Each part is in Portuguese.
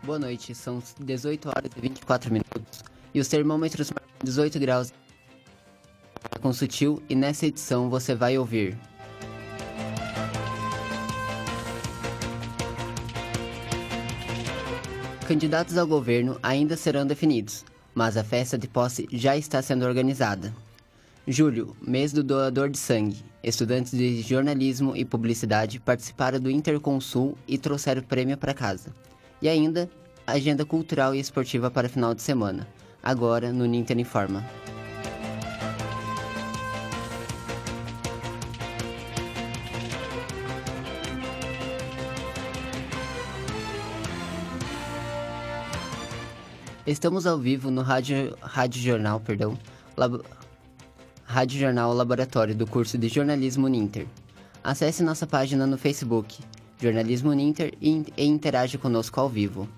Boa noite, são 18 horas e 24 minutos e os termômetros marcam 18 graus com Sutil, e nessa edição você vai ouvir: candidatos ao governo ainda serão definidos, mas a festa de posse já está sendo organizada. Julho, mês do doador de sangue. Estudantes de jornalismo e publicidade participaram do Interconsul e trouxeram prêmio para casa. E ainda, agenda cultural e esportiva para final de semana. Agora no Ninter Informa. Estamos ao vivo no Rádio Jornal Laboratório do curso de Jornalismo Ninter. Acesse nossa página no Facebook, Jornalismo Ninter, e interage conosco ao vivo.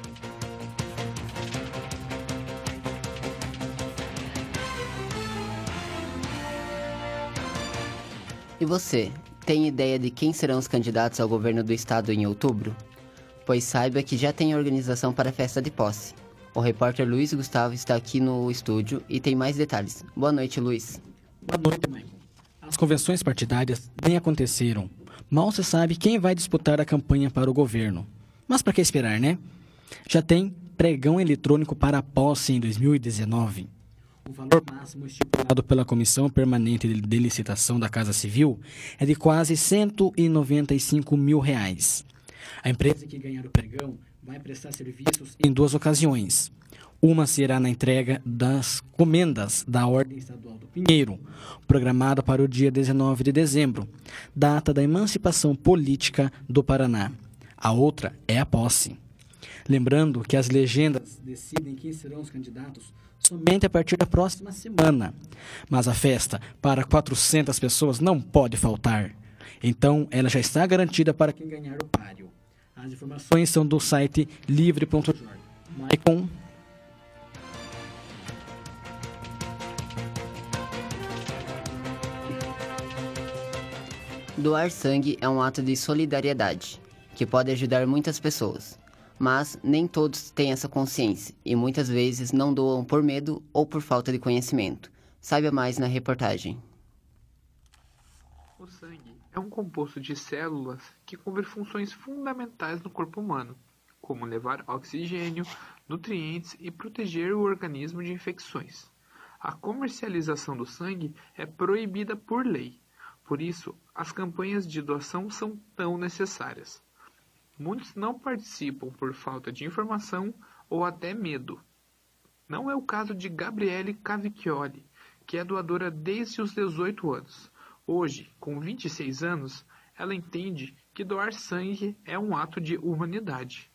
E você, tem ideia de quem serão os candidatos ao governo do estado em outubro? Pois saiba que já tem organização para a festa de posse. O repórter Luiz Gustavo está aqui no estúdio e tem mais detalhes. Boa noite, Luiz. Boa noite, mãe. As convenções partidárias nem aconteceram. Mal se sabe quem vai disputar a campanha para o governo. Mas para que esperar, né? Já tem pregão eletrônico para a posse em 2019. O valor máximo estipulado pela Comissão Permanente de Licitação da Casa Civil é de quase R$195 mil. A empresa que ganhar o pregão vai prestar serviços em 2 ocasiões. Uma será na entrega das comendas da Ordem Estadual do Pinheiro, programada para o dia 19 de dezembro, data da emancipação política do Paraná. A outra é a posse. Lembrando que as legendas decidem quem serão os candidatos somente a partir da próxima semana. Mas a festa para 400 pessoas não pode faltar. Então, ela já está garantida para quem ganhar o páreo. As informações são do site livre.org. Maicon. Doar sangue é um ato de solidariedade, que pode ajudar muitas pessoas. Mas nem todos têm essa consciência e muitas vezes não doam por medo ou por falta de conhecimento. Saiba mais na reportagem. O sangue é um composto de células que cumpre funções fundamentais no corpo humano, como levar oxigênio, nutrientes e proteger o organismo de infecções. A comercialização do sangue é proibida por lei, por isso as campanhas de doação são tão necessárias. Muitos não participam por falta de informação ou até medo. Não é o caso de Gabriele Cavicchioli, que é doadora desde os 18 anos. Hoje, com 26 anos, ela entende que doar sangue é um ato de humanidade.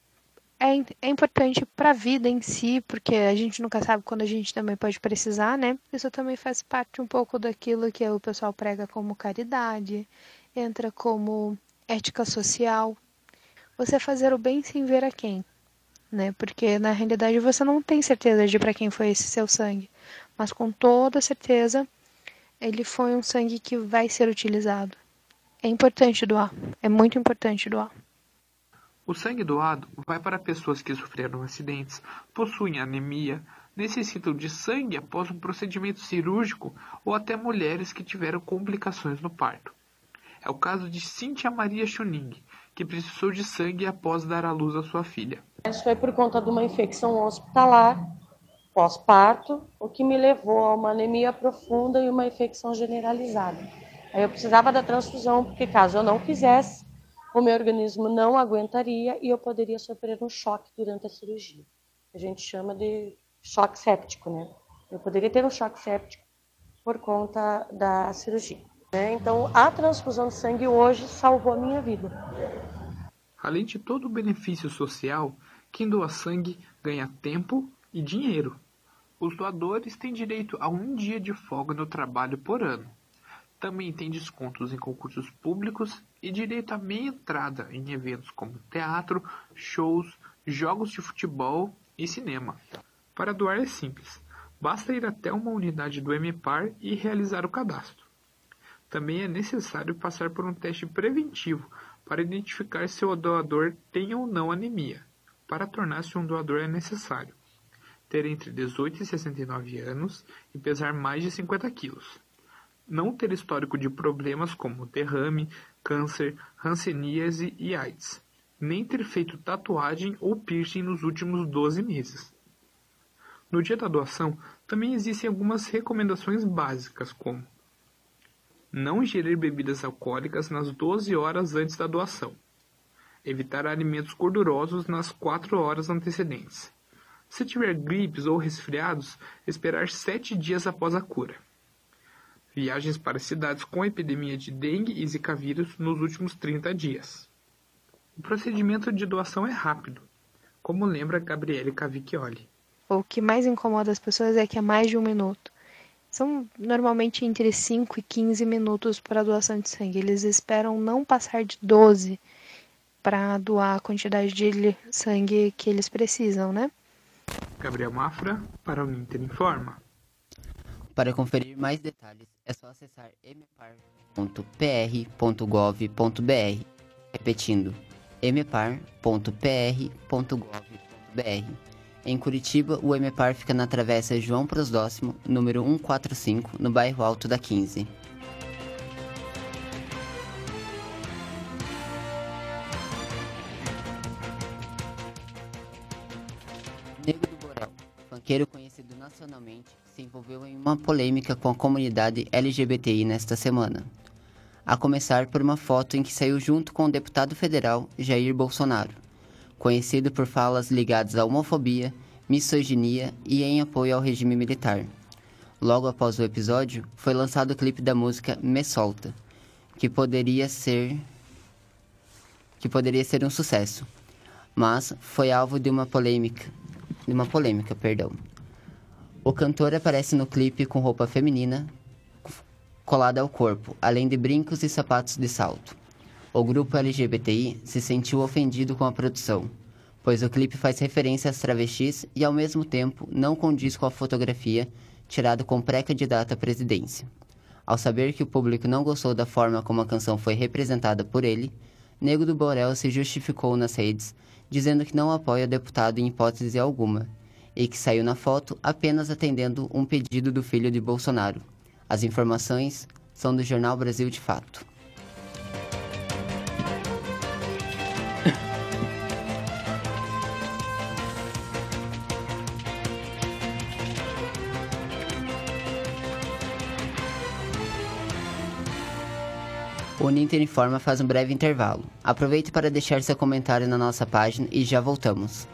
É importante para a vida em si, porque a gente nunca sabe quando a gente também pode precisar, né? Isso também faz parte um pouco daquilo que o pessoal prega como caridade, entra como ética social. Você fazer o bem sem ver a quem, né? Porque na realidade você não tem certeza de para quem foi esse seu sangue, mas com toda certeza ele foi um sangue que vai ser utilizado. É importante doar, é muito importante doar. O sangue doado vai para pessoas que sofreram acidentes, possuem anemia, necessitam de sangue após um procedimento cirúrgico ou até mulheres que tiveram complicações no parto. É o caso de Cíntia Maria Chuning, que precisou de sangue após dar à luz a sua filha. Isso foi por conta de uma infecção hospitalar, pós-parto, o que me levou a uma anemia profunda e uma infecção generalizada. Aí eu precisava da transfusão, porque caso eu não quisesse, o meu organismo não aguentaria e eu poderia sofrer um choque durante a cirurgia. A gente chama de choque séptico, né? Eu poderia ter um choque séptico por conta da cirurgia. Então, a transfusão de sangue hoje salvou a minha vida. Além de todo o benefício social, quem doa sangue ganha tempo e dinheiro. Os doadores têm direito a 1 dia de folga no trabalho por ano. Também tem descontos em concursos públicos e direito a meia entrada em eventos como teatro, shows, jogos de futebol e cinema. Para doar é simples, basta ir até uma unidade do MPAR e realizar o cadastro. Também é necessário passar por um teste preventivo para identificar se o doador tem ou não anemia. Para tornar-se um doador é necessário ter entre 18 e 69 anos e pesar mais de 50 quilos. Não ter histórico de problemas como derrame, câncer, hanseníase e AIDS. Nem ter feito tatuagem ou piercing nos últimos 12 meses. No dia da doação, também existem algumas recomendações básicas, como não ingerir bebidas alcoólicas nas 12 horas antes da doação. Evitar alimentos gordurosos nas 4 horas antecedentes. Se tiver gripes ou resfriados, esperar 7 dias após a cura. Viagens para cidades com epidemia de dengue e zika vírus nos últimos 30 dias. O procedimento de doação é rápido, como lembra Gabriele Cavicchioli. O que mais incomoda as pessoas é que é mais de 1 minuto. São normalmente entre 5 e 15 minutos para a doação de sangue. Eles esperam não passar de 12 para doar a quantidade de sangue que eles precisam, né? Gabriel Mafra, para o Ninter Informa. Para conferir mais detalhes, é só acessar mepar.pr.gov.br. Repetindo, mepar.pr.gov.br. Em Curitiba, o Emepar fica na Travessa João Prosdóximo, número 145, no bairro Alto da 15. Nego do Borel, funkeiro conhecido nacionalmente, se envolveu em uma polêmica com a comunidade LGBTI nesta semana. A começar por uma foto em que saiu junto com o deputado federal Jair Bolsonaro, conhecido por falas ligadas à homofobia, misoginia e em apoio ao regime militar. Logo após o episódio, foi lançado o clipe da música Me Solta, que poderia ser um sucesso, mas foi alvo de uma polêmica. O cantor aparece no clipe com roupa feminina colada ao corpo, além de brincos e sapatos de salto. O grupo LGBTI se sentiu ofendido com a produção, pois o clipe faz referência às travestis e, ao mesmo tempo, não condiz com a fotografia tirada com pré-candidata à presidência. Ao saber que o público não gostou da forma como a canção foi representada por ele, Nego do Borel se justificou nas redes, dizendo que não apoia o deputado em hipótese alguma, e que saiu na foto apenas atendendo um pedido do filho de Bolsonaro. As informações são do Jornal Brasil de Fato. O Ninter Informa faz um breve intervalo. Aproveite para deixar seu comentário na nossa página e já voltamos.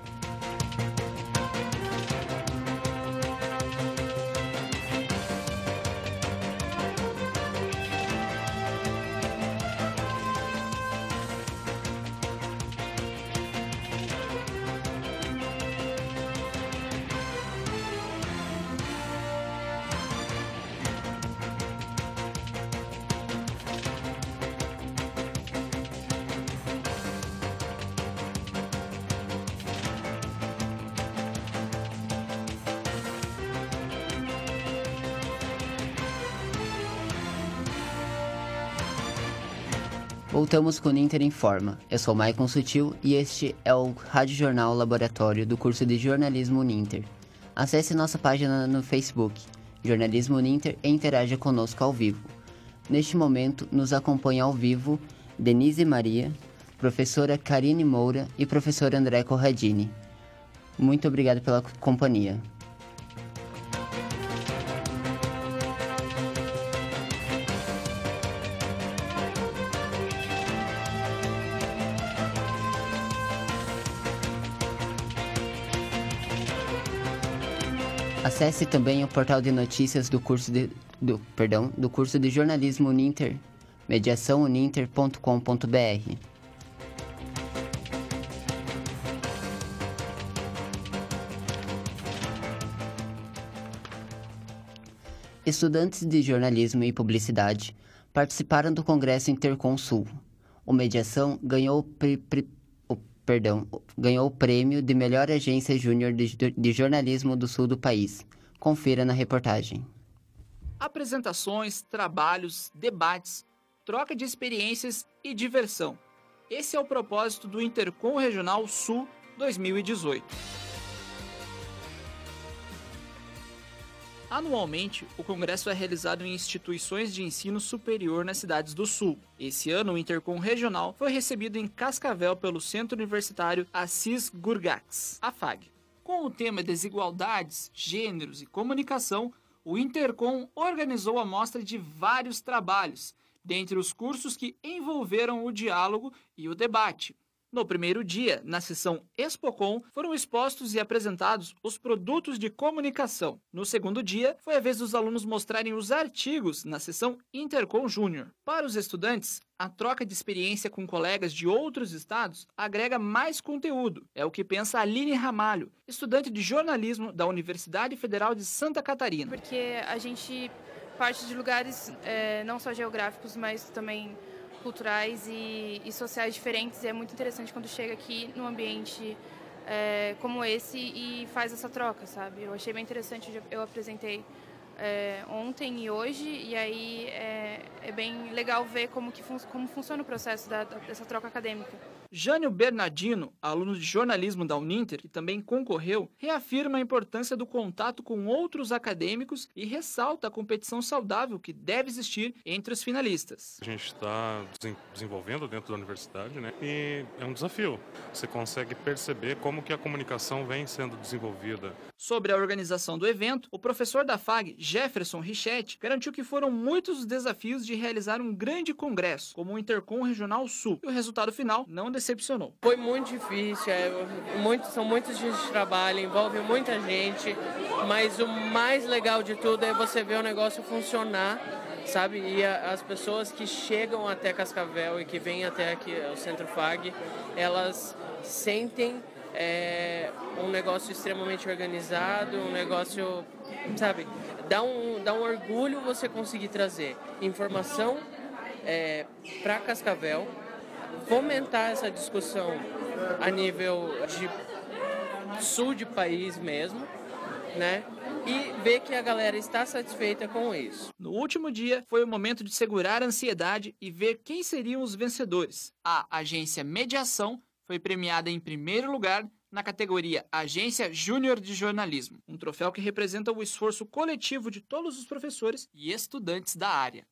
Voltamos com o Ninter Informa. Eu sou Maicon Sutil e este é o Rádio Jornal Laboratório do curso de Jornalismo Ninter. Acesse nossa página no Facebook, Jornalismo Ninter, e interaja conosco ao vivo. Neste momento, nos acompanha ao vivo Denise Maria, professora Karine Moura e professor André Corradini. Muito obrigado pela companhia. Acesse também o portal de notícias do curso de Jornalismo Ninter, mediaçãouninter.com.br. Estudantes de jornalismo e publicidade participaram do Congresso Interconsul. O Mediação ganhou o prêmio de melhor agência júnior de jornalismo do sul do país. Confira na reportagem. Apresentações, trabalhos, debates, troca de experiências e diversão. Esse é o propósito do Intercom Regional Sul 2018. Anualmente, o congresso é realizado em instituições de ensino superior nas cidades do Sul. Esse ano, o Intercom Regional foi recebido em Cascavel pelo Centro Universitário Assis Gurgax, a FAG. Com o tema Desigualdades, Gêneros e Comunicação, o Intercom organizou a mostra de vários trabalhos, dentre os cursos que envolveram o diálogo e o debate. No primeiro dia, na sessão Expocom, foram expostos e apresentados os produtos de comunicação. No segundo dia, foi a vez dos alunos mostrarem os artigos na sessão Intercom Júnior. Para os estudantes, a troca de experiência com colegas de outros estados agrega mais conteúdo. É o que pensa Aline Ramalho, estudante de jornalismo da Universidade Federal de Santa Catarina. Porque a gente parte de lugares não só geográficos, mas também culturais e sociais diferentes, e é muito interessante quando chega aqui num ambiente como esse e faz essa troca, sabe? Eu achei bem interessante, eu apresentei ontem e hoje, e aí é bem legal ver como funciona o processo dessa troca acadêmica. Jânio Bernardino, aluno de jornalismo da Uninter, que também concorreu, reafirma a importância do contato com outros acadêmicos e ressalta a competição saudável que deve existir entre os finalistas. A gente está desenvolvendo dentro da universidade, né? E é um desafio. Você consegue perceber como que a comunicação vem sendo desenvolvida. Sobre a organização do evento, o professor da FAG, Jefferson Richetti, garantiu que foram muitos os desafios de realizar um grande congresso, como o Intercom Regional Sul, e o resultado final não decepcionou. Foi muito difícil, são muitos dias de trabalho, envolve muita gente, mas o mais legal de tudo é você ver o negócio funcionar, sabe? E as pessoas que chegam até Cascavel e que vêm até aqui o Centro FAG, elas sentem um negócio extremamente organizado, um negócio, sabe? Dá um orgulho você conseguir trazer informação para Cascavel, fomentar essa discussão a nível de sul de país mesmo, né? E ver que a galera está satisfeita com isso. No último dia, foi o momento de segurar a ansiedade e ver quem seriam os vencedores. A agência Mediação foi premiada em primeiro lugar na categoria Agência Júnior de Jornalismo, um troféu que representa o esforço coletivo de todos os professores e estudantes da área.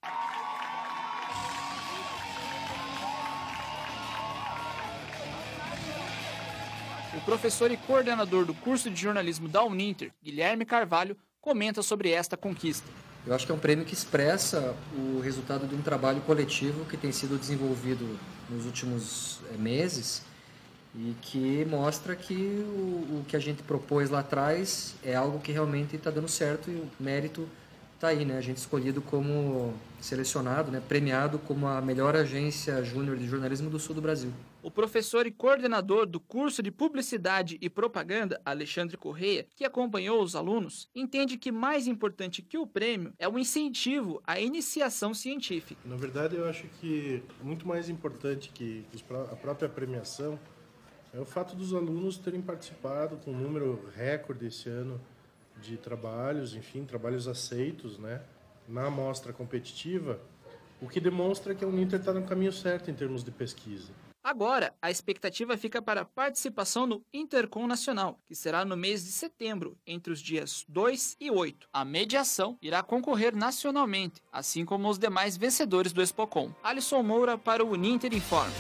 O professor e coordenador do curso de jornalismo da Uninter, Guilherme Carvalho, comenta sobre esta conquista. Eu acho que é um prêmio que expressa o resultado de um trabalho coletivo que tem sido desenvolvido nos últimos meses e que mostra que o que a gente propôs lá atrás é algo que realmente está dando certo e o mérito está aí, né? A gente escolhido como selecionado, né? Premiado como a melhor agência júnior de jornalismo do sul do Brasil. O professor e coordenador do curso de Publicidade e Propaganda, Alexandre Correia, que acompanhou os alunos, entende que mais importante que o prêmio é o incentivo à iniciação científica. Na verdade, eu acho que muito mais importante que a própria premiação é o fato dos alunos terem participado com um número recorde esse ano de trabalhos, enfim, trabalhos aceitos, né, na amostra competitiva, o que demonstra que a Uninter está no caminho certo em termos de pesquisa. Agora, a expectativa fica para a participação no Intercom Nacional, que será no mês de setembro, entre os dias 2 e 8. A mediação irá concorrer nacionalmente, assim como os demais vencedores do Expocom. Alisson Moura para o Uninter Informa.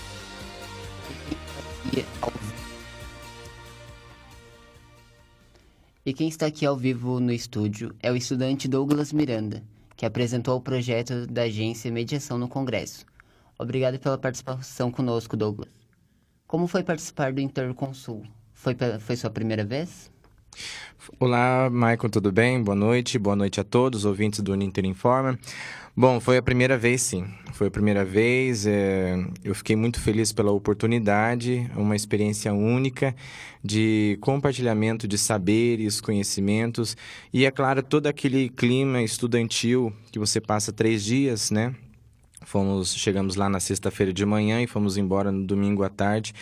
E quem está aqui ao vivo no estúdio é o estudante Douglas Miranda, que apresentou o projeto da agência Mediação no Congresso. Obrigado pela participação conosco, Douglas. Como foi participar do Intercom Sul? Foi sua primeira vez? Olá, Maicon, tudo bem? Boa noite a todos, ouvintes do Uninter Informa. Bom, foi a primeira vez, sim. Foi a primeira vez, eu fiquei muito feliz pela oportunidade, uma experiência única de compartilhamento de saberes, conhecimentos e, é claro, todo aquele clima estudantil que você passa 3 dias, né? Chegamos lá na sexta-feira de manhã e fomos embora no domingo à tarde.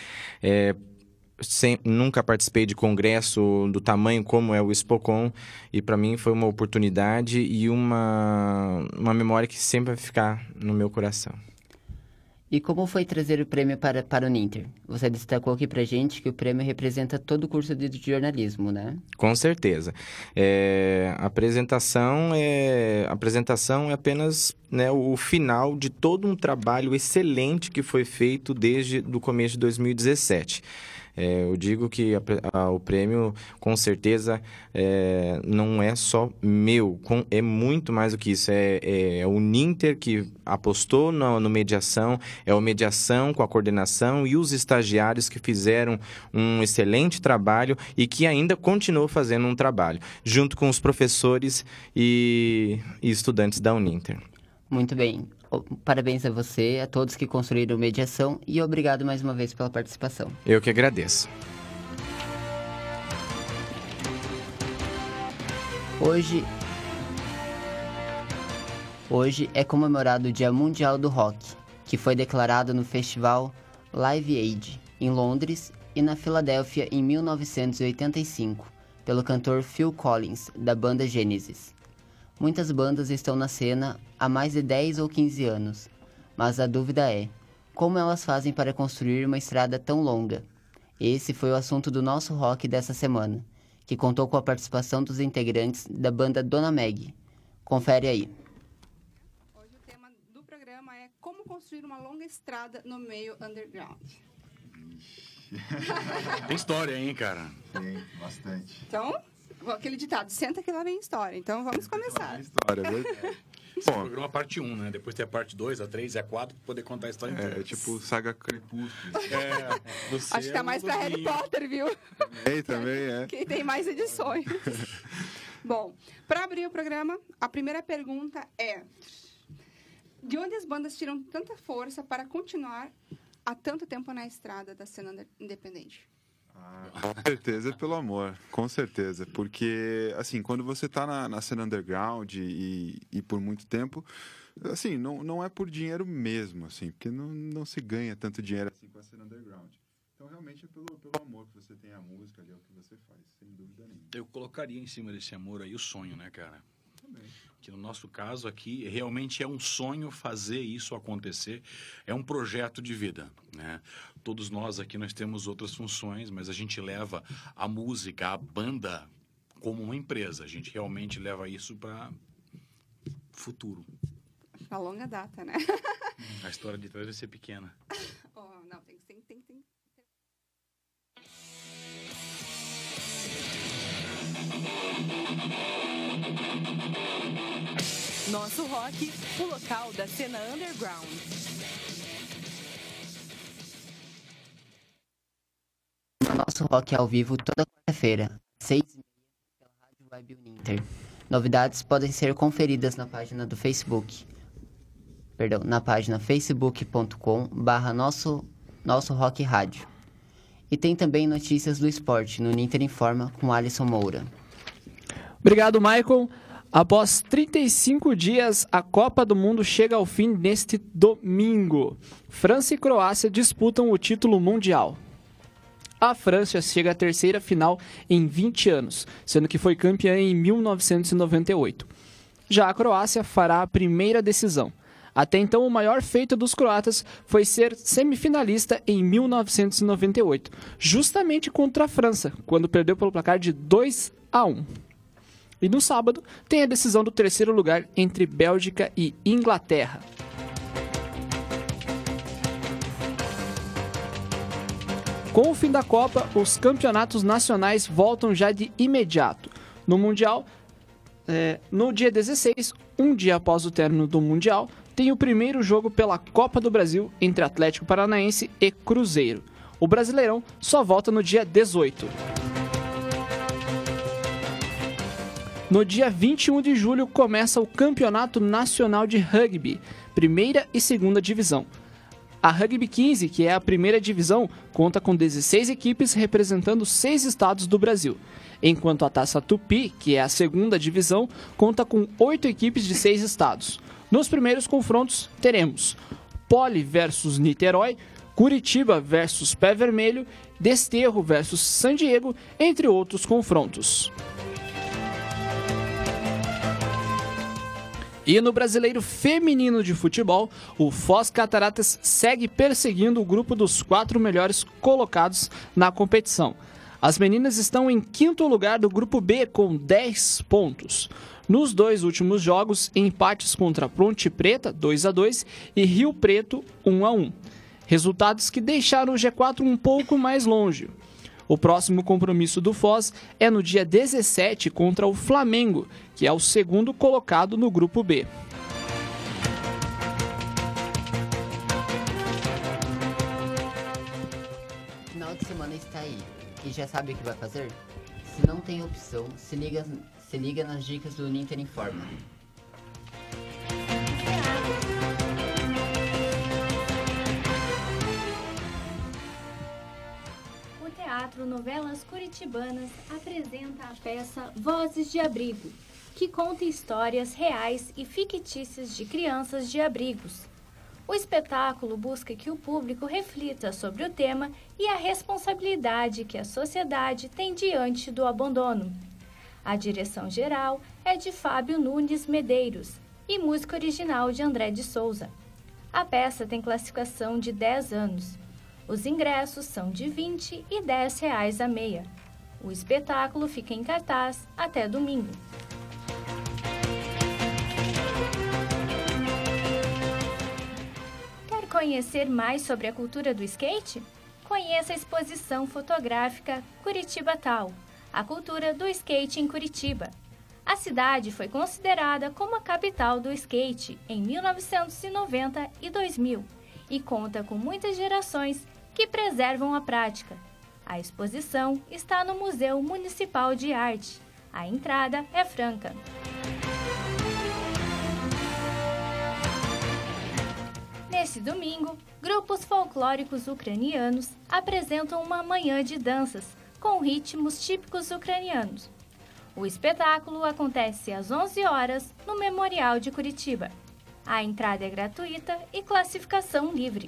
Nunca participei de congresso do tamanho como é o Expocom e para mim foi uma oportunidade e uma memória que sempre vai ficar no meu coração. E como foi trazer o prêmio para o Ninter? Você destacou aqui pra gente que o prêmio representa todo o curso de jornalismo, né? Com certeza. A apresentação é apenas, né, o final de todo um trabalho excelente que foi feito desde o começo de 2017. Eu digo que o prêmio, com certeza, não é só meu, é muito mais do que isso. É o Ninter que apostou no mediação, é o mediação com a coordenação e os estagiários que fizeram um excelente trabalho e que ainda continuam fazendo um trabalho, junto com os professores e estudantes da Uninter. Muito bem. Parabéns a você, a todos que construíram mediação e obrigado mais uma vez pela participação. Eu que agradeço. Hoje é comemorado o Dia Mundial do Rock, que foi declarado no festival Live Aid, em Londres, e na Filadélfia em 1985, pelo cantor Phil Collins, da banda Genesis. Muitas bandas estão na cena há mais de 10 ou 15 anos, mas a dúvida é, como elas fazem para construir uma estrada tão longa? Esse foi o assunto do nosso rock dessa semana, que contou com a participação dos integrantes da banda Dona Meg. Confere aí. Hoje o tema do programa é como construir uma longa estrada no meio underground. Tem história, hein, cara? Tem, bastante. Então, aquele ditado, senta que lá vem história. Então, vamos começar. História, verdade. Esse é o programa parte 1, né? Depois tem a parte 2, a 3 e a 4 para poder contar a história inteira. É tipo Saga Crepúsculo. Acho que tá mais para Harry Potter, viu? Também é. Quem tem mais edições. Bom, para abrir o programa, a primeira pergunta é: de onde as bandas tiram tanta força para continuar há tanto tempo na estrada da cena independente? Com certeza, pelo amor, com certeza, porque assim, quando você tá na cena underground e por muito tempo, assim, não é por dinheiro mesmo, assim, porque não se ganha tanto dinheiro assim com a cena underground. Então, realmente é pelo amor que você tem à música ali, é o que você faz, sem dúvida nenhuma. Eu colocaria em cima desse amor aí o sonho, né, cara? Também. Que no nosso caso aqui, realmente é um sonho fazer isso acontecer, é um projeto de vida, né? Todos nós aqui, nós temos outras funções, mas a gente leva a música, a banda, como uma empresa. A gente realmente leva isso para futuro. A longa data, né? A história de trás vai ser pequena. Não, tem. Nosso Rock, o local da cena underground. Nosso Rock ao vivo toda quarta-feira, 6h30, pela Rádio Web Uninter. Novidades podem ser conferidas na página do Facebook. Na página facebook.com/nosso Rock Rádio. E tem também notícias do esporte no Uninter Informa com Alisson Moura. Obrigado, Michael. Após 35 dias, a Copa do Mundo chega ao fim neste domingo. França e Croácia disputam o título mundial. A França chega à terceira final em 20 anos, sendo que foi campeã em 1998. Já a Croácia fará a primeira decisão. Até então, o maior feito dos croatas foi ser semifinalista em 1998, justamente contra a França, quando perdeu pelo placar de 2-1. E no sábado, tem a decisão do terceiro lugar entre Bélgica e Inglaterra. Com o fim da Copa, os campeonatos nacionais voltam já de imediato. No Mundial, no dia 16, um dia após o término do Mundial, tem o primeiro jogo pela Copa do Brasil entre Atlético Paranaense e Cruzeiro. O Brasileirão só volta no dia 18. No dia 21 de julho começa o Campeonato Nacional de Rugby, primeira e segunda divisão. A Rugby 15, que é a primeira divisão, conta com 16 equipes representando 6 estados do Brasil, enquanto a Taça Tupi, que é a segunda divisão, conta com 8 equipes de 6 estados. Nos primeiros confrontos teremos Poli versus Niterói, Curitiba versus Pé Vermelho, Desterro versus San Diego, entre outros confrontos. E no Brasileiro Feminino de Futebol, o Foz Cataratas segue perseguindo o grupo dos 4 melhores colocados na competição. As meninas estão em 5º lugar do grupo B com 10 pontos. Nos 2 últimos jogos, empates contra Ponte Preta, 2-2, e Rio Preto, 1-1. Resultados que deixaram o G4 um pouco mais longe. O próximo compromisso do Foz é no dia 17 contra o Flamengo, que é o 2º colocado no grupo B. O final de semana está aí. E já sabe o que vai fazer? Se não tem opção, se liga nas dicas do Uninter Informa. O Teatro Novelas Curitibanas apresenta a peça Vozes de Abrigo, que conta histórias reais e fictícias de crianças de abrigos. O espetáculo busca que o público reflita sobre o tema e a responsabilidade que a sociedade tem diante do abandono. A direção geral é de Fábio Nunes Medeiros e música original de André de Souza. A peça tem classificação de 10 anos. Os ingressos são de R$ 20 e R$ 10 a meia. O espetáculo fica em cartaz até domingo. Quer conhecer mais sobre a cultura do skate? Conheça a exposição fotográfica Curitiba Tal, a cultura do skate em Curitiba. A cidade foi considerada como a capital do skate em 1990 e 2000 e conta com muitas gerações que preservam a prática. A exposição está no Museu Municipal de Arte. A entrada é franca. Nesse domingo, grupos folclóricos ucranianos apresentam uma manhã de danças com ritmos típicos ucranianos. O espetáculo acontece às 11 horas no Memorial de Curitiba. A entrada é gratuita e classificação livre.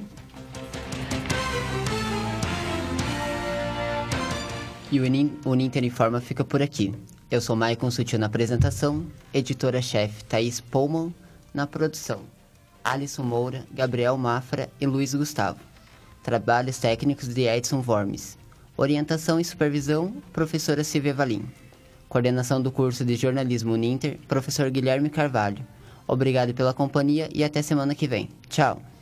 E o Uninter Informa fica por aqui. Eu sou Maicon Sutil na apresentação, editora-chefe Thaís Pullman na produção, Alisson Moura, Gabriel Mafra e Luiz Gustavo. Trabalhos técnicos de Edson Wormes. Orientação e supervisão, professora Silvia Valim. Coordenação do curso de jornalismo Uninter, professor Guilherme Carvalho. Obrigado pela companhia e até semana que vem. Tchau!